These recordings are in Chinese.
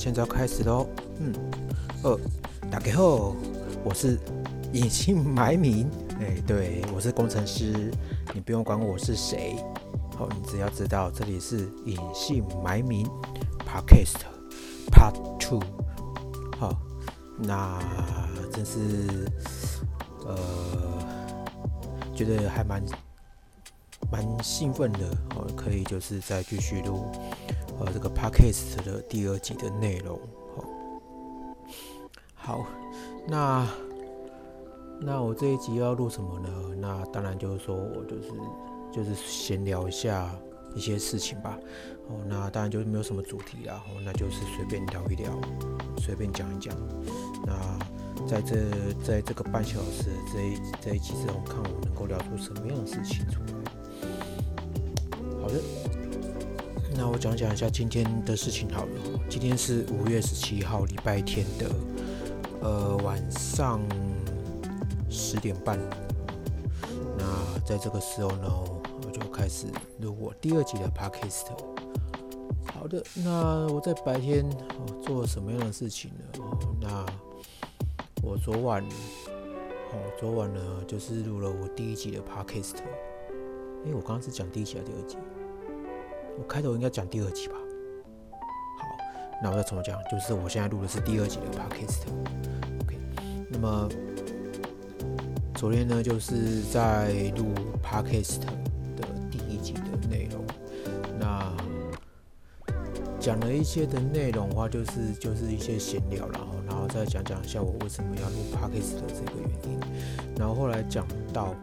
现在要开始喽。大家好，我是隐姓埋名。对，我是工程师，你不用管我是谁。好，你只要知道这里是隐姓埋名 Podcast Part 2。好，那真是觉得还蛮兴奋的，可以就是再继续录这个 podcast 的第2集的内容。好，那我这一集要录什么呢？那当然就是说我就是闲聊一下一些事情吧。那当然就是没有什么主题啦，那就是随便聊一聊，随便讲一讲。那在这个半小时这一集之中，看我能够聊出什么样的事情出来。好的，那我讲一下今天的事情好了。今天是5月17号礼拜天的晚上10点半。那在这个时候呢，我就开始录我第2集的 podcast。好的，那我在白天做了什么样的事情呢？那我昨晚呢，就是录了我第1集的 podcast。我刚刚是讲第1集还是第2集？我开头应该讲第2集吧。好，那我再重讲，就是我现在录的是第2集的 podcast。OK， 那么昨天呢，就是在录 podcast 的第1集的内容。那讲了一些的内容的话，就是一些闲聊，然后再讲一下我为什么要录 podcast 的这个原因。然后后来讲到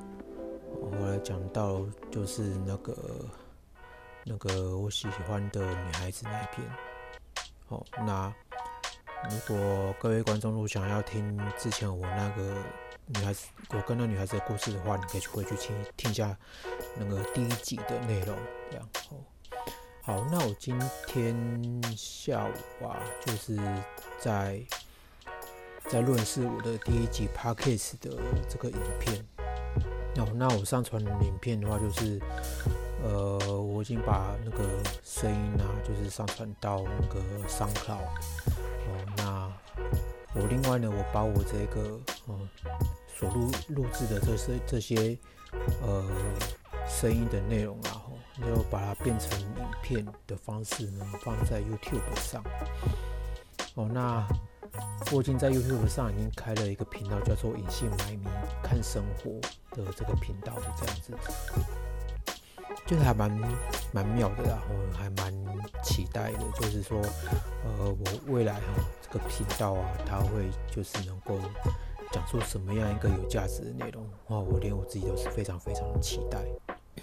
就是那个我喜欢的女孩子那一篇。那如果各位观众如果想要听之前我那个女孩子，我跟那女孩子的故事的话，你可以回去听一下那个第1集的内容。这样。好，那我今天下午就是在论述我的第1集 podcast 的这个影片。那我上传的影片的话，就是我已经把那个声音就是上传到那个 SoundCloud。那我另外呢，我把我这个所录制的这些声音的内容就把它变成影片的方式呢，放在 YouTube 上。那我已经在 YouTube 上已经开了一个频道，叫做隐姓埋名看生活的这个频道，就这样子，就是还蛮妙的啦，我还蛮期待的。就是说，我未来这个频道它会就是能够讲出什么样一个有价值的内容，我连我自己都是非常非常的期待。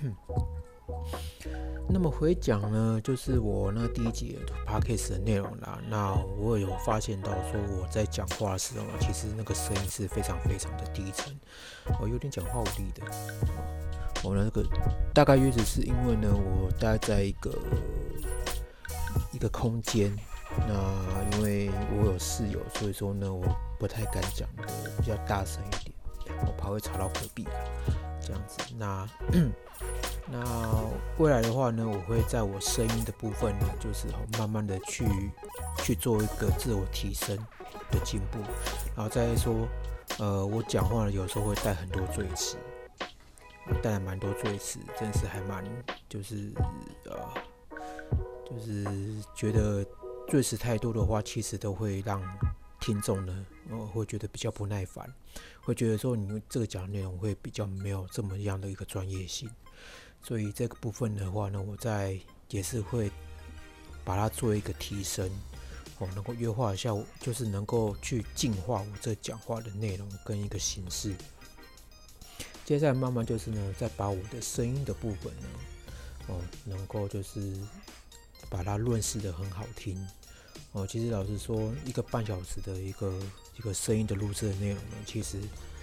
那么回讲呢，就是我那第1集的 podcast 的内容啦。那我有发现到说，我在讲话的时候，其实那个声音是非常非常的低沉，有點講話無力的。那個大概約只是因為呢，我待在一個空間，那因為我有室友，所以說呢，我不太敢講的比較大聲一點，我怕會吵到隔壁這樣子。那未來的話呢，我會在我聲音的部分呢，就是慢慢的去做一個自我提升的進步，然後再說，我講話呢有時候會帶很多贅詞，帶了蠻多贅詞，真是還蠻就是覺得贅詞太多的話，其實都會讓聽眾呢，會覺得比較不耐煩，會覺得說你這個講的內容會比較沒有這麼樣的一個專業性。所以這個部分的話呢，我也是會把它做一個提升，能夠優化一下，就是能夠去進化我這講話的內容跟一個形式。接下來慢慢就是呢，再把我的聲音的部分呢，能夠就是把它潤飾得很好聽。其實老實說，一個半小時的一個聲音的錄製的內容呢，其實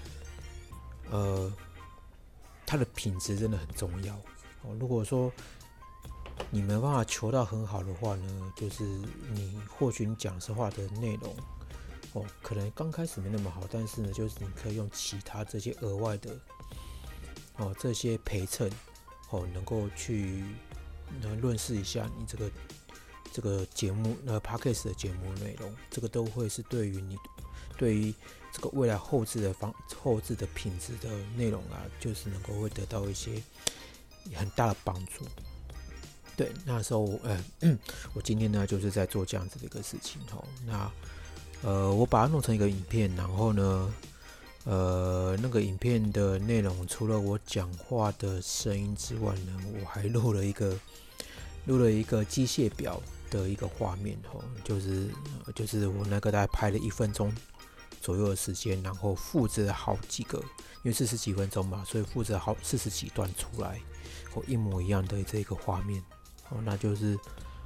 它的品質真的很重要。如果說你沒辦法求到很好的話呢，就是你或許你講實話的內容可能剛開始沒那麼好，但是呢，就是你可以用其他這些額外的這些陪襯能夠去潤飾一下你這这个节目Podcast 的节目内容，这个都会是对于这个未来后置的品质的内容啊，就是能够会得到一些很大的帮助。对，那时候我今天呢就是在做这样子的一个事情那我把它弄成一个影片，然后呢那个影片的内容除了我讲话的声音之外呢，我还录了一个机械表的一个画面就是我那个大概拍了1分钟左右的时间，然后复制了好几个，因为40几分钟嘛，所以复制了好40几段出来，一模一样的这个画面，那就是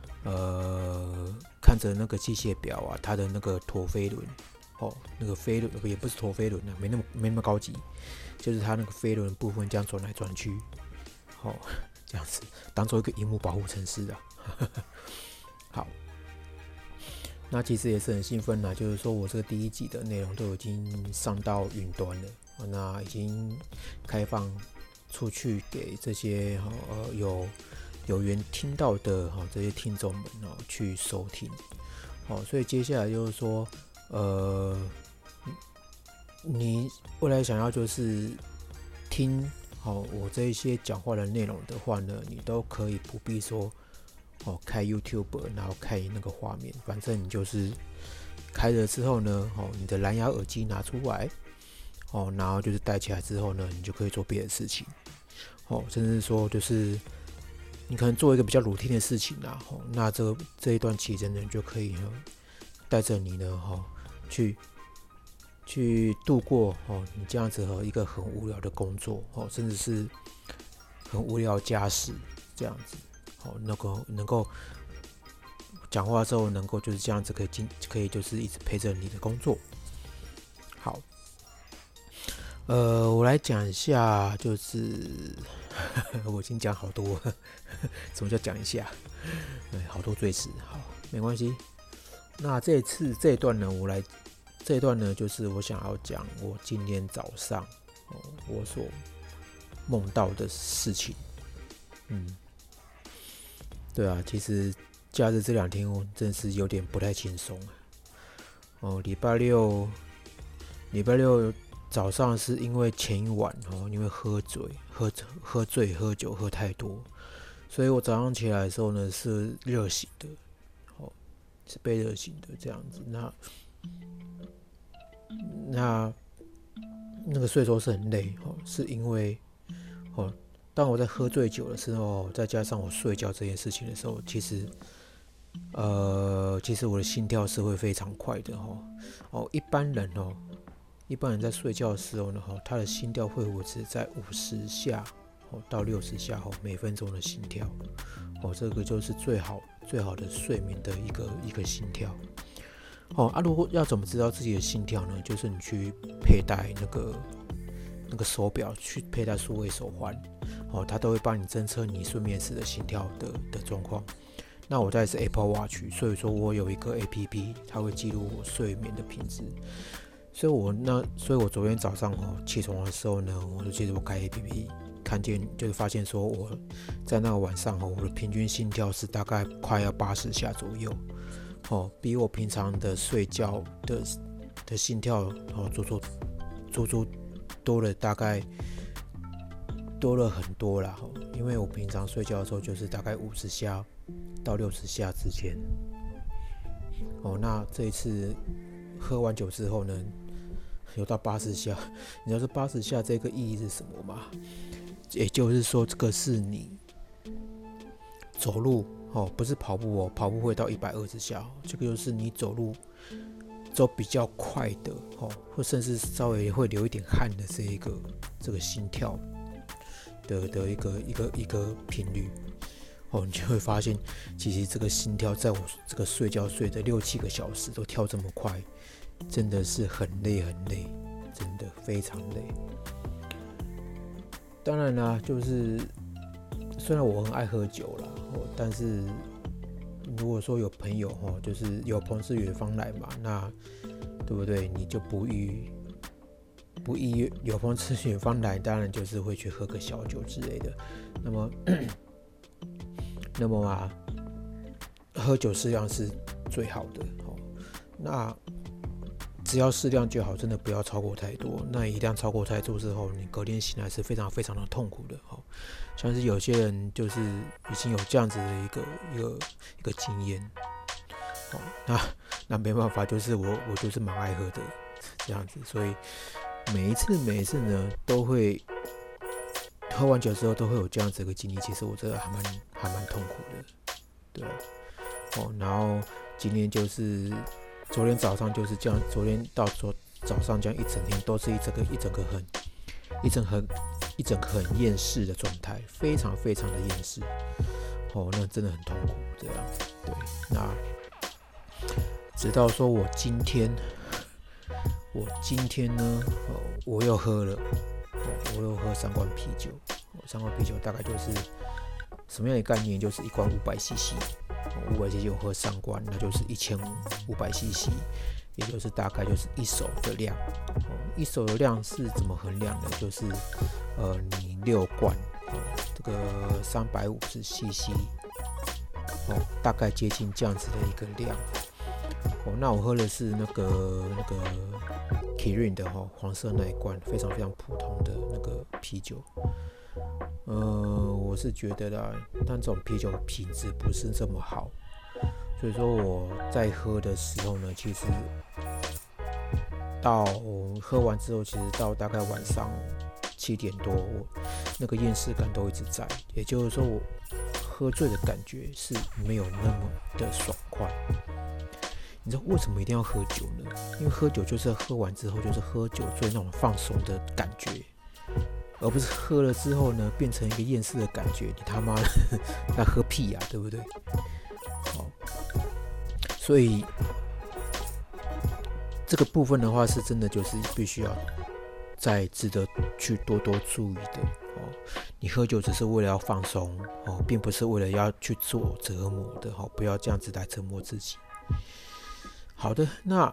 看着那个机械表啊，它的那个陀飞轮，那个飞轮也不是陀飞轮啊，没那么高级，就是它那个飞轮部分这样转来转去，这样子当做一个萤幕保护程式啊。好。那其实也是很兴奋啦，就是说我这个第1季的内容都已经上到云端了，那已经开放出去给这些有缘听到的这些听众们去收听。所以接下来就是说，你未来想要就是听我这一些讲话的内容的话呢，你都可以不必说开 YouTube 然后开那个画面，反正你就是开了之后呢你的蓝牙耳机拿出来然后就是戴起来之后呢，你就可以做别的事情甚至说就是你可能做一个比较 routine 的事情啦那这一段期间呢，就可以带着你呢去度过你这样子一个很无聊的工作甚至是很无聊的家事这样子能够讲话之后能够就是这样子可以就是一直陪着你的工作。好，我来讲一下，就是我已经讲好多了，什么叫讲一下？好多赘词，好，没关系。那这一段呢，就是我想要讲我今天早上我所梦到的事情。对啊，其实假日这2天真是有点不太轻松礼拜六早上是因为前一晚因为喝酒喝太多，所以我早上起来的时候呢是热醒的，是被热醒的这样子。那个睡的时候是很累是因为当我在喝醉酒的时候，再加上我睡觉这件事情的时候，其实我的心跳是会非常快的一般人在睡觉的时候呢他的心跳会维持在50下到60下每分钟的心跳这个就是最好的睡眠的一个心跳如果要怎么知道自己的心跳呢？就是你去佩戴那个手表，去佩戴数位手环它都会帮你侦测你睡眠时的心跳的状况。那我戴的是 Apple Watch， 所以说我有一个 APP， 它会记录我睡眠的品质。所以我昨天早上起床的时候呢，我就记得我开 APP， 看见就是发现说我在那个晚上我的平均心跳是大概快要80下左右比我平常的睡觉的心跳足足多了大概多了很多啦因为我平常睡觉的时候就是大概50下到60下之间那这一次喝完酒之后呢，有到80下。你知道这80下这个意义是什么吗？也就是说这个是你走路不是跑步跑步会到120下这个就是你走路走比较快的或甚至稍微会流一点汗的这个心跳的一个频率你就会发现其实这个心跳在我这个睡觉睡的6-7个小时都跳这么快，真的是很累，真的非常累。当然啦，就是虽然我很爱喝酒啦但是如果说有朋友就是有朋自远方来嘛，那对不对？你就不宜有朋自远方来，当然就是会去喝个小酒之类的。那么喝酒适量是最好的。那只要适量就好，真的不要超过太多。那一旦超过太多之后，你隔天醒来是非常非常的痛苦的。像是有些人就是已经有这样子的一个经验。那没办法，就是我就是蛮爱喝的这样子，所以每一次呢，都会喝完酒之后都会有这样子的一个经历。其实我真的还蛮痛苦的，对。然后今天就是昨天早上就是这样，昨天到早上这样一整天都是一整个很厌世的状态，非常非常的厌世。那真的很痛苦这样。对，那直到说我今天呢，我又喝了，我又喝3罐啤酒。3罐啤酒大概就是什么样的概念？就是一罐500cc，500cc 我喝3罐，那就是1500cc，也就是大概就是一手的量。一手的量是怎么衡量的？就是你6罐，这个350cc，大概接近这样子的一个量。那我喝的是那个 Kirin 的黄色那一罐，非常非常普通的那个啤酒。我是觉得啦，但这种啤酒品质不是这么好，所以说我在喝的时候呢，其实到喝完之后，其实到大概晚上7点多，我那个厌世感都一直在，也就是说我喝醉的感觉是没有那么的爽快。你知道为什么一定要喝酒呢？因为喝酒就是喝完之后就是喝酒醉那种放松的感觉，而不是喝了之后呢变成一个厌世的感觉。你他妈的那喝屁呀，对不对？所以这个部分的话是真的就是必须要再值得去多多注意的。你喝酒只是为了要放松，并不是为了要去做折磨的。不要这样子来折磨自己。好的，那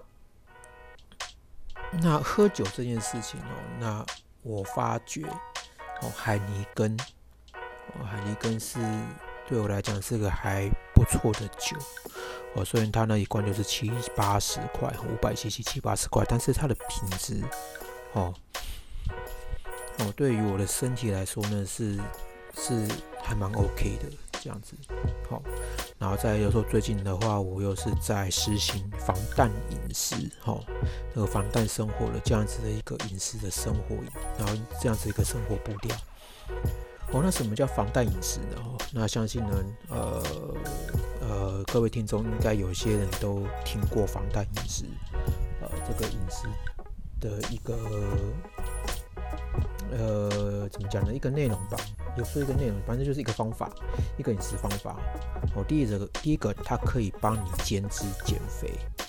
喝酒这件事情那我发觉海尼根是对我来讲是个还不错的酒。虽然它那一罐就是70-80块，500cc70-80块，但是它的品质对于我的身体来说呢是还蛮 OK 的这样子。然后再有时候最近的话，我又是在实行防弹饮食，那个防弹生活的这样子的一个饮食的生活，然后这样子一个生活步调。那什么叫防弹饮食呢？那相信呢，各位听众应该有些人都听过防弹饮食，这个饮食的一个怎么讲呢？一个内容吧，有说一个内容，反正就是一个方法，一个饮食方法。第一个，它可以帮你减脂减肥。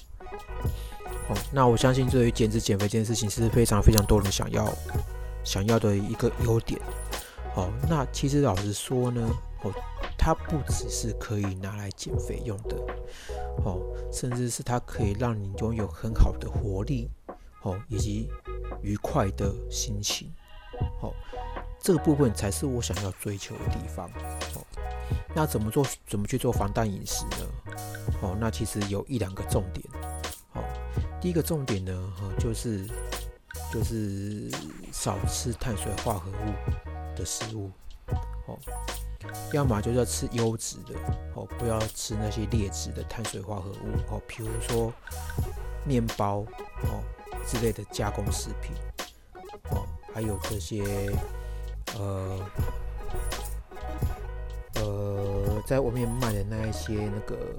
那我相信对于减脂减肥这件事情是非常非常多人想要的一个优点。那其实老实说呢，它不只是可以拿来减肥用的，甚至是它可以让你拥有很好的活力，以及愉快的心情。这个部分才是我想要追求的地方。那怎么去做防弹饮食呢？那其实有1-2个重点。第一个重点呢，就是少吃碳水化合物的食物。要么就是要吃优质的，不要吃那些劣质的碳水化合物，比如说面包之类的加工食品，还有这些在外面卖的那一些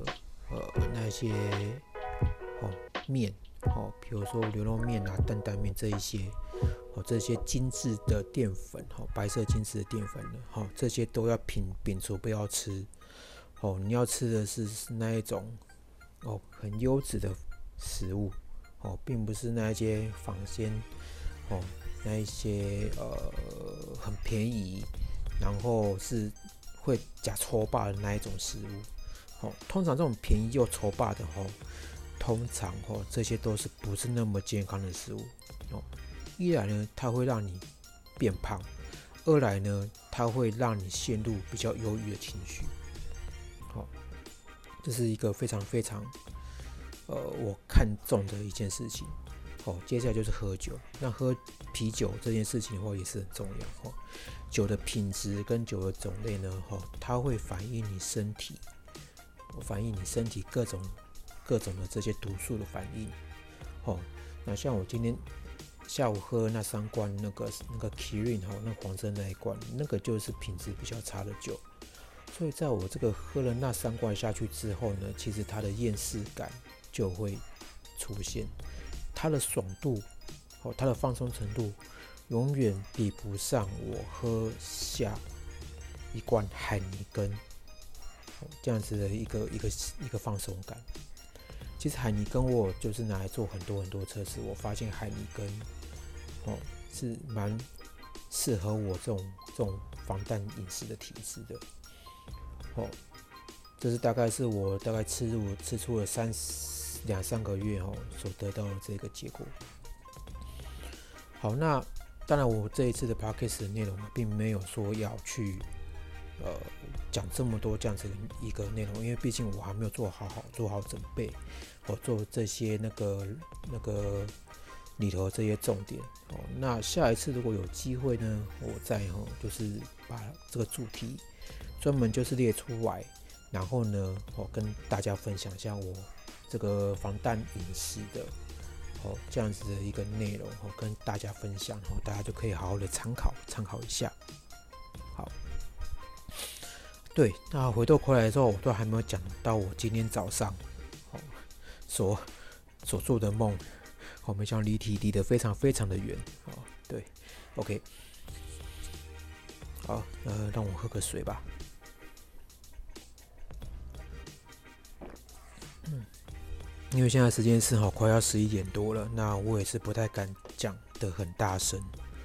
面，比如说牛肉面啊、担担面这一些，这些精致的淀粉，白色精致的淀粉呢，这些都要摒除，不要吃。你要吃的是那一种很优质的食物，并不是那一些坊间那一些很便宜，然后是会假粗霸的那一种食物。通常这种便宜又粗霸的通常这些都是不是那么健康的食物。一来呢，它会让你变胖；二来呢，它会让你陷入比较忧郁的情绪。 这是一个非常非常我看重的一件事情。接下来就是喝酒。那喝啤酒这件事情的话也是很重要。酒的品质跟酒的种类呢，它会反映你身体各种的这些毒素的反应。那像我今天下午喝那3罐那个 Kirin 那黄色那一罐，那个就是品质比较差的酒。所以在我这个喝了那3罐下去之后呢，其实它的厌世感就会出现。它的爽度，它的放松程度，永远比不上我喝下一罐海尼根这样子的一个放松感。其实海尼根我就是拿来做很多测试，我发现海尼根是蛮适合我这种防弹饮食的体质的。这是大概是我吃出了2-3个月所得到的这个结果。好，那当然我这一次的 podcast 的内容并没有说要去讲这么多这样子一个内容，因为毕竟我还没有做好准备，做这些那个里头这些重点。那下一次如果有机会呢，我再就是把这个主题专门就是列出来，然后呢跟大家分享一下我这个防弹饮食的这样子的一个内容跟大家分享，大家就可以好好的参考一下。好，对，那回头回来的时候，我都还没有讲到我今天早上所做的梦。没想到离得非常非常的远。对 ，OK， 好，让我喝个水吧。因为现在时间是快要11点多了，那我也是不太敢讲得很大声，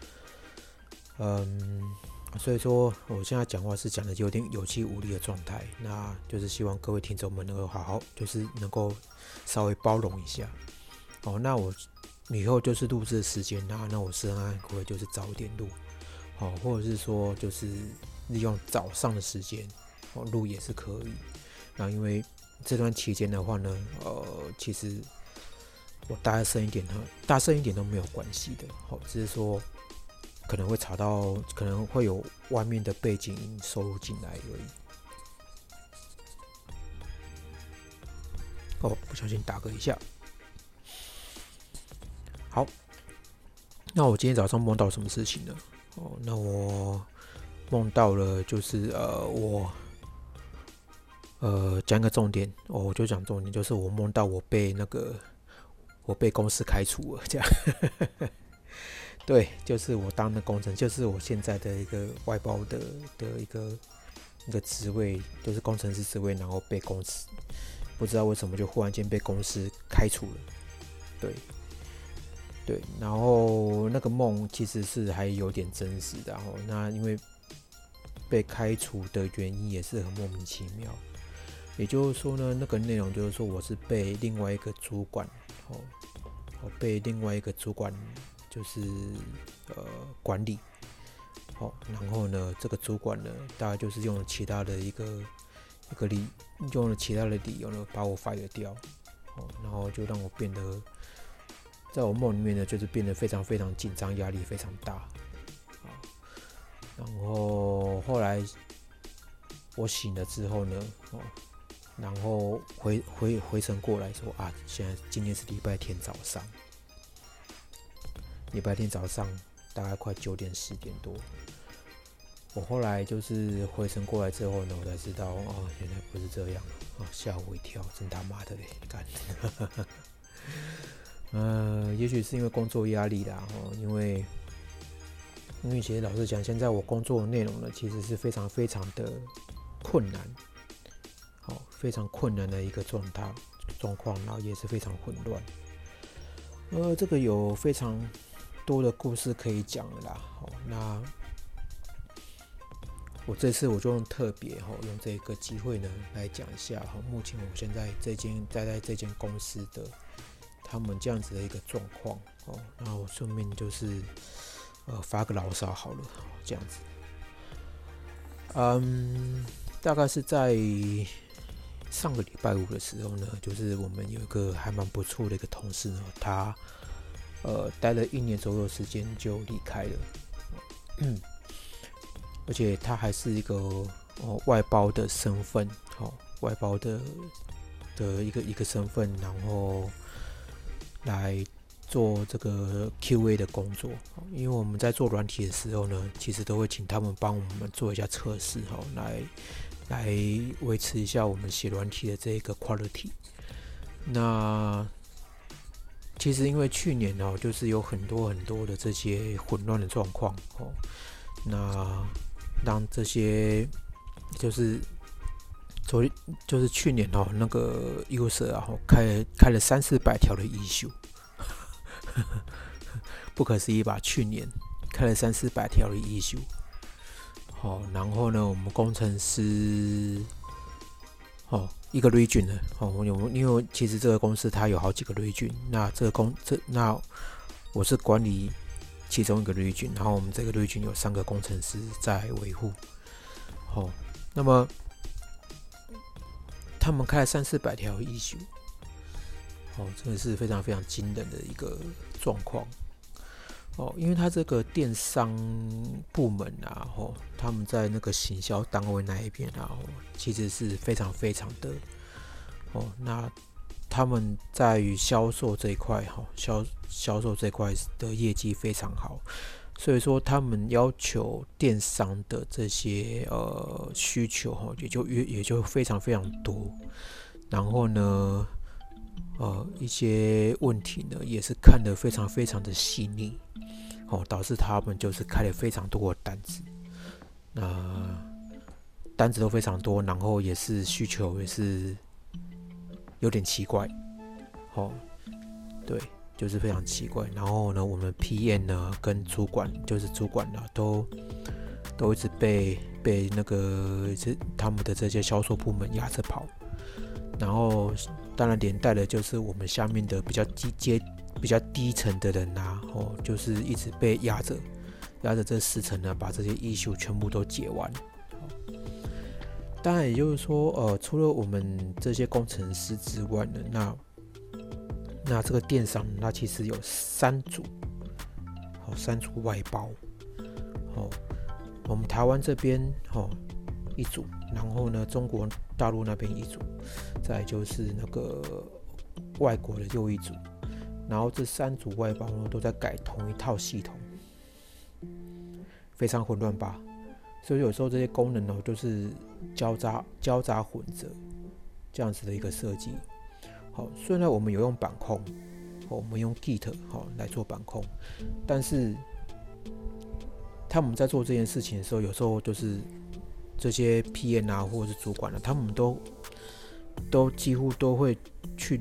所以说我现在讲话是讲的有点有气无力的状态，那就是希望各位听众们能够就是能够稍微包容一下。那我以后就是录制的时间，那我是会就是早一点录，或者是说就是利用早上的时间录也是可以。然后因为这段期间的话呢，其实我大声一点都没有关系的，只是说可能会吵到，可能会有外面的背景音收入进来而已。不小心打嗝一下。好，那我今天早上梦到什么事情呢？那我梦到了就是讲一个重点，我就讲重点，就是我梦到我被公司开除了，这样。对，就是我当的工程，就是我现在的一个外包的一个职位，就是工程师职位，然后被公司不知道为什么就忽然间被公司开除了。对，然后那个梦其实是还有点真实的，那因为被开除的原因也是很莫名其妙。也就是说呢，那个内容就是说我是被另外一个主管就是管理，然后呢这个主管呢大概就是用了其他的理由呢把我 fire 掉，然后就让我变得在我梦里面呢就是变得非常非常紧张，压力非常大。然后后来我醒了之后呢，然后回神过来说今天是礼拜天早上大概快9点10点多。我后来就是回神过来之后呢，我才知道原来不是这样，吓我一跳，真他妈的嘞，干。也许是因为工作压力啦，因为其实老实讲，现在我工作的内容呢，其实是非常非常的困难，非常困难的一个状况，然后也是非常混乱。这个有非常多的故事可以讲了啦。那我这次我就特别用这个机会呢来讲一下目前我现在在这间公司的他们这样子的一个状况。那我顺便就是发个牢骚好了，这样子。大概是在上个礼拜五的时候呢，就是我们有一个还蛮不错的一个同事呢，他待了1年左右的时间就离开了，而且他还是一个外包的身份，外包的一个身份，然后来做这个 QA 的工作。因为我们在做软体的时候呢，其实都会请他们帮我们做一下测试，来维持一下我们写软体的这个 quality。那其实因为去年就是有很多的这些混乱的状况，那让这些就是去年那个 user 开了300-400条的 issue， 不可思议吧？去年开了300-400条的 issue。然后呢，我们工程师一个 region 的因为其实这个公司它有好几个 region， 那我是管理其中一个 region， 然后我们这个 region 有3个工程师在维护。那么他们开了300-400条 issue， 真的是非常非常惊人的一个状况。因为他这个电商部门他们在那个行销单位那一边其实是非常非常的那他们在于销售这一块销售这一块的业绩非常好，所以说他们要求电商的这些需求也就非常非常多，然后呢一些问题呢也是看得非常非常的细腻，导致他们就是开了非常多的单子，单子都非常多，然后也是需求也是有点奇怪，对，就是非常奇怪。然后呢，我们 PM 呢跟主管呢都一直被那个他们的这些销售部门压着跑，然后当然连带的就是我们下面的比较低层的人就是一直被压着这10层呢，把这些 issue 全部都解完。当然也就是说除了我们这些工程师之外呢，那这个电商那其实有3组外包，我们台湾这边1组，然后呢中国大陆那边1组，再来就是那个外国的又1组，然后这3组外包呢都在改同一套系统，非常混乱吧？所以有时候这些功能就是交杂混着这样子的一个设计。虽然我们有用板控，我们用 Git 来做板控，但是他们在做这件事情的时候，有时候就是这些 PM 或者是主管他们都几乎都会去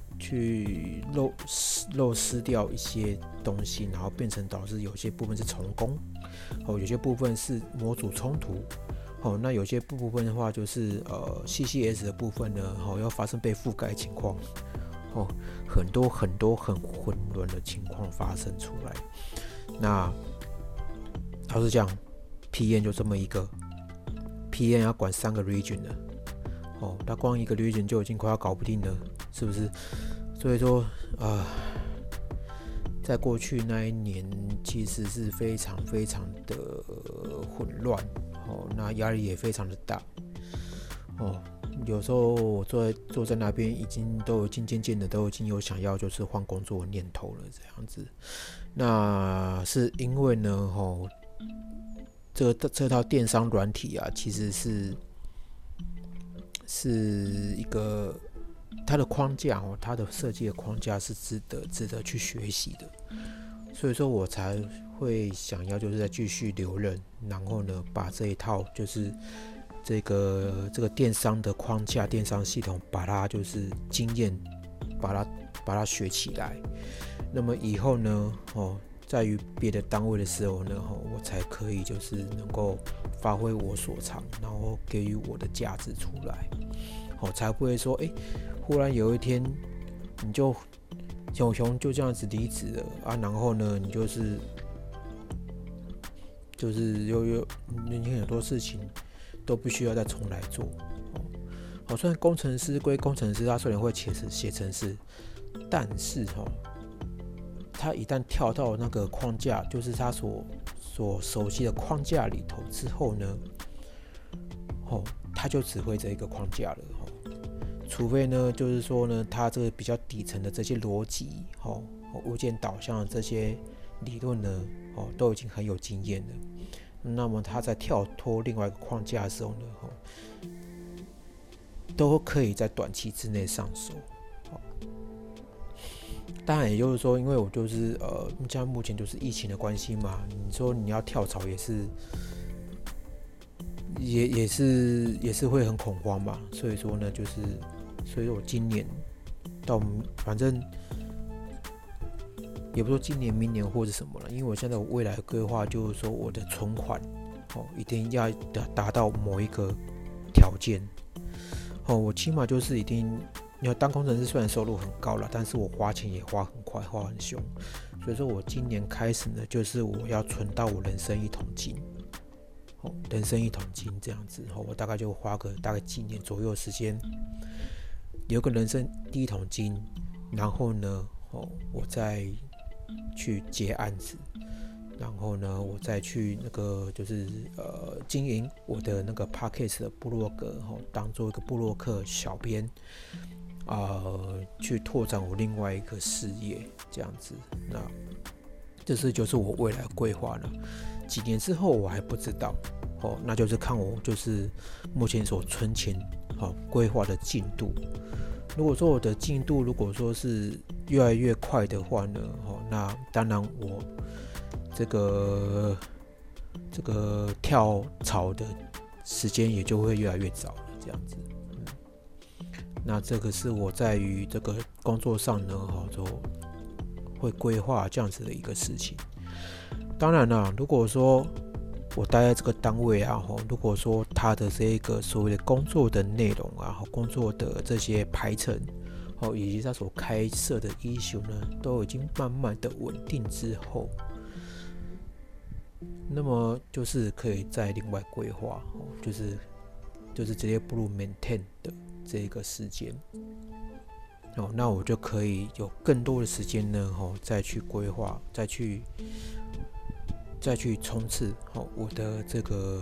漏失掉一些东西，然后变成导致有些部分是重工，有些部分是模组冲突，那有些部分的话就是CCS 的部分呢要发生被覆盖情况，很多很混乱的情况发生出来。那老实讲 PM 就这么一个 PM 要管3个 region 了，他光一个 region 就已经快要搞不定了，是不是？所以说在过去那1年其实是非常非常的混乱，那压力也非常的大，有时候我坐在那边都已经渐渐的都已经有想要就是换工作的念头了这样子。那是因为呢这套电商软体其实是一个它的框架它的设计的框架是值得去学习的，所以说我才会想要就是再继续留任，然后呢把这一套就是这个电商的框架、电商系统，把它就是经验把它学起来。那么以后呢在于别的单位的时候呢我才可以就是能够发挥我所长，然后给予我的价值出来，才不会说忽然有一天你就小熊就这样子离职了然后呢你就是你很多事情都必须要再重来做， 虽然工程师归工程师，他虽然会写程式，但是他一旦跳到那个框架，就是他所熟悉的框架里头之后呢，他就只会这一个框架了。除非呢，就是说呢，他这个比较底层的这些逻辑，物件导向的这些理论呢，都已经很有经验了。那么他在跳脱另外一个框架的时候呢，都可以在短期之内上手。当然，也就是说，因为我就是像目前就是疫情的关系嘛，你说你要跳槽也是会很恐慌嘛。所以说呢，所以我今年反正也不说今年、明年或者什么了，因为我现在未来的规划就是说，我的存款一定要达到某一个条件。我起码就是一定。你要当工程师，虽然收入很高了，但是我花钱也花很快，花很凶。所以说我今年开始呢，就是我要存到我人生一桶金，人生一桶金这样子。我大概就花个大概几年左右的时间，有个人生第一桶金，然后呢，我再去接案子，然后呢，我再去那个就是经营我的那个 Podcast 的部落格，当做一个部落客小编。去拓展我另外一个事业，这样子。那这是就是我未来的规划了。几年之后我还不知道，那就是看我就是目前所存钱规划的进度。如果说我的进度如果说是越来越快的话呢，那当然我这个跳槽的时间也就会越来越早了，这样子。那这个是我在于这个工作上呢，就会规划这样子的一个事情。当然啦，如果说我待在这个单位啊，如果说他的这个所谓的工作的内容啊，工作的这些排程，以及他所开设的 issue 呢，都已经慢慢的稳定之后，那么就是可以再另外规划，就是直接步入 maintain 的这个时间，那我就可以有更多的时间呢，再去规划，再去冲刺，我的这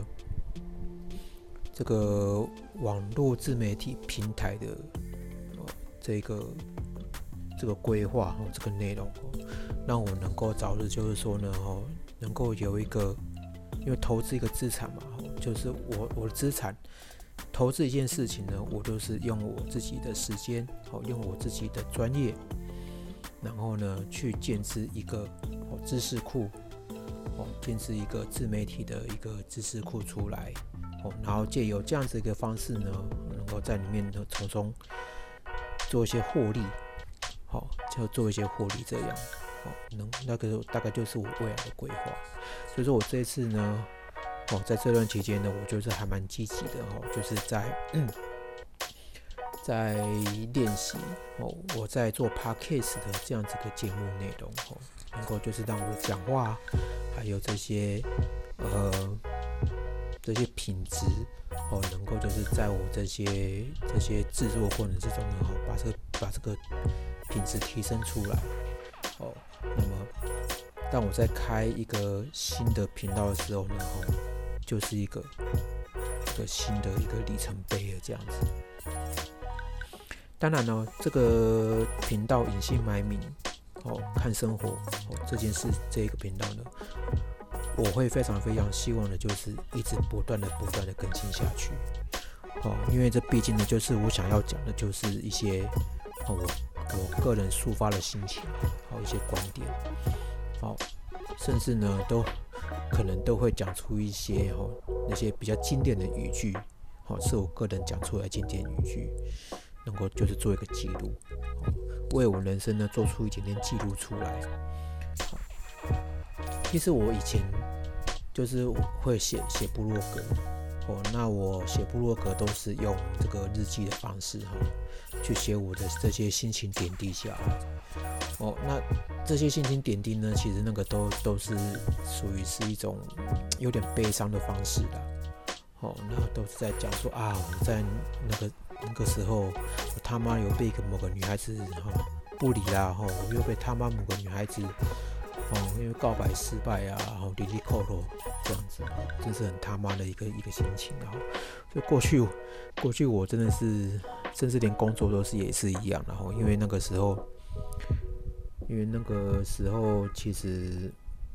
个网络自媒体平台的这个规划，这个内容，让我能够早日就是说呢，能够有一个，因为投资一个资产嘛，就是我的资产。投资一件事情呢，我就是用我自己的时间，用我自己的专业，然后呢去建制一个知识库，建制一个自媒体的一个知识库出来，然后借由这样子一个方式呢，能够在里面呢从中做一些获利，就做一些获利这样，那个大概就是我未来的规划。所以说我这一次呢。在这段期间呢，我就是还蛮积极的，就是在练习，我在做 podcast 的这样子的节目内容，能够就是让我的讲话，还有这些品质，能够就是在我这些制作过程之中呢，把这个品质提升出来，那么当我在开一个新的频道的时候呢，就是一个新的一个里程碑了，这样子。当然呢，这个频道隐姓埋名，看生活，这一个频道呢，我会非常希望的就是一直不断的更新下去，因为这毕竟呢，就是我想要讲的就是一些我个人抒发的心情，一些观点，甚至呢可能都会讲出一些那些比较经典的语句，是我个人讲出来的经典语句，能够就是做一个记录，为我人生呢做出一点点记录出来。其实我以前就是会写部落格，那我写部落格都是用这个日记的方式，去写我的这些心情点滴下来。那这些心情点滴呢，其实那个都是属于是一种有点悲伤的方式啦。那都是在讲说啊，我在那个那个时候我他妈有被某个女孩子不理啦，我又被他妈某个女孩子因为告白失败啊，离离扣扣这样子，真是很他妈的一个心情啊。所以过去我真的是，甚至连工作也是一样，然后因为那个时候其实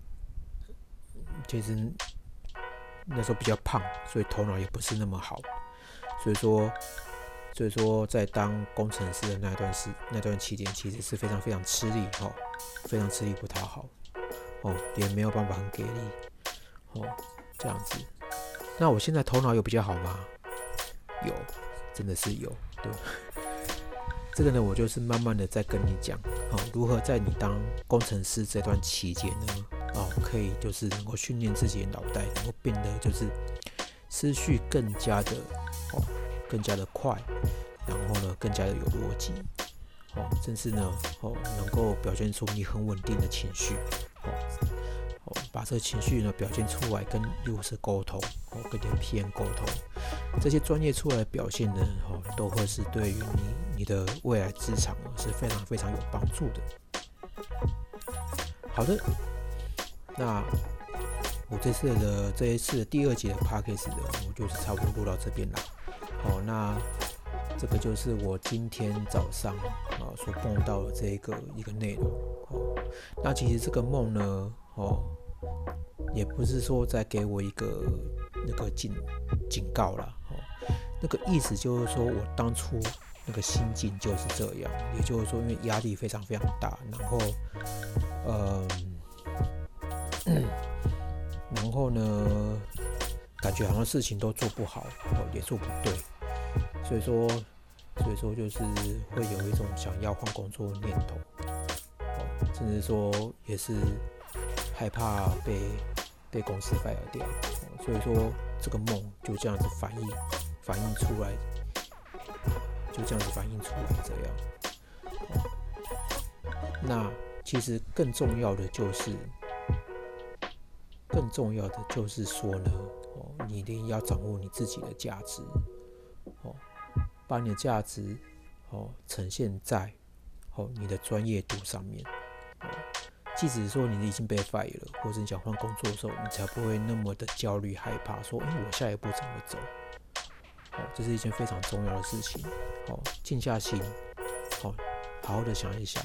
那时候比较胖，所以头脑也不是那么好，所以说在当工程师的那段期间，其实是非常非常吃力非常吃力不讨好也没有办法很给力这样子。那我现在头脑有比较好吗？有，真的是有。对，这个呢，我就是慢慢的在跟你讲如何在你当工程师这段期间呢可以就是能够训练自己的脑袋，能够变得就是思绪更加的快，然后呢更加的有逻辑甚至呢能够表现出你很稳定的情绪把这个情绪呢表现出来，跟律师沟通跟你的 PM 沟通，这些专业出来的表现呢都会是对于你的未来职场是非常非常有帮助的。好的，那我这一次的第2节的 Podcast 呢，我就是差不多录到这边啦。那这个就是我今天早上所梦到的一个内容那其实这个梦呢也不是说在给我一个那个警告啦那个意思就是说我当初那个心境就是这样，也就是说因为压力非常非常大，然后呢感觉好像事情都做不好也做不对，所以说就是会有一种想要换工作的念头甚至说也是害怕被公司 fire 掉所以说这个梦就这样子反映出来，这样那其实更重要的就是说呢你一定要掌握你自己的价值把你的价值呈现在你的专业度上面即使说你已经被 fire 了，或者你想换工作的时候，你才不会那么的焦虑害怕说我下一步怎么走这是一件非常重要的事情静下心好好的想一想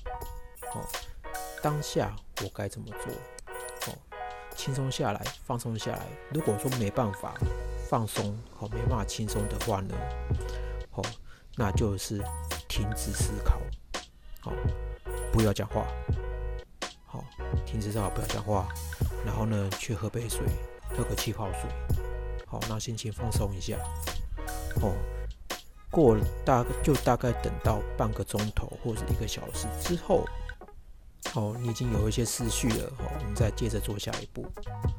当下我该怎么做轻松下来，放松下来。如果说没办法放松没办法轻松的话呢那就是停止思考不要讲话停止思考不要讲话，然后呢去喝杯水，喝个气泡水让心情放松一下过大概等到半个钟头或者1个小时之后你已经有一些思绪了你再接着做下一步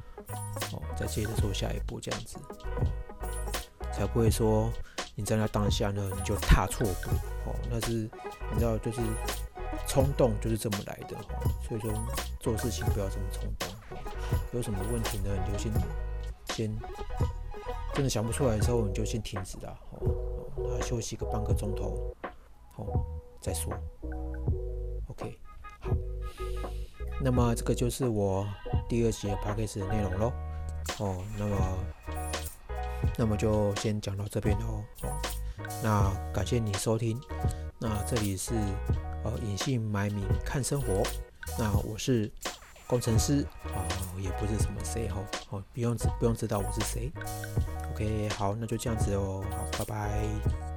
这样子才不会说你在那当下呢你就踏错步那是你知道就是冲动就是这么来的所以说做事情不要这么冲动有什么问题呢你就先真的想不出来的时候你就先停止啦那休息个半个钟头再说 OK 好，那么这个就是我第2集的 Podcast 的内容咯那么就先讲到这边咯那感谢你收听，那这里是隐姓埋名看生活，那我是工程师也不是什么谁不用知道我是谁 OK 好，那就这样子好，拜拜。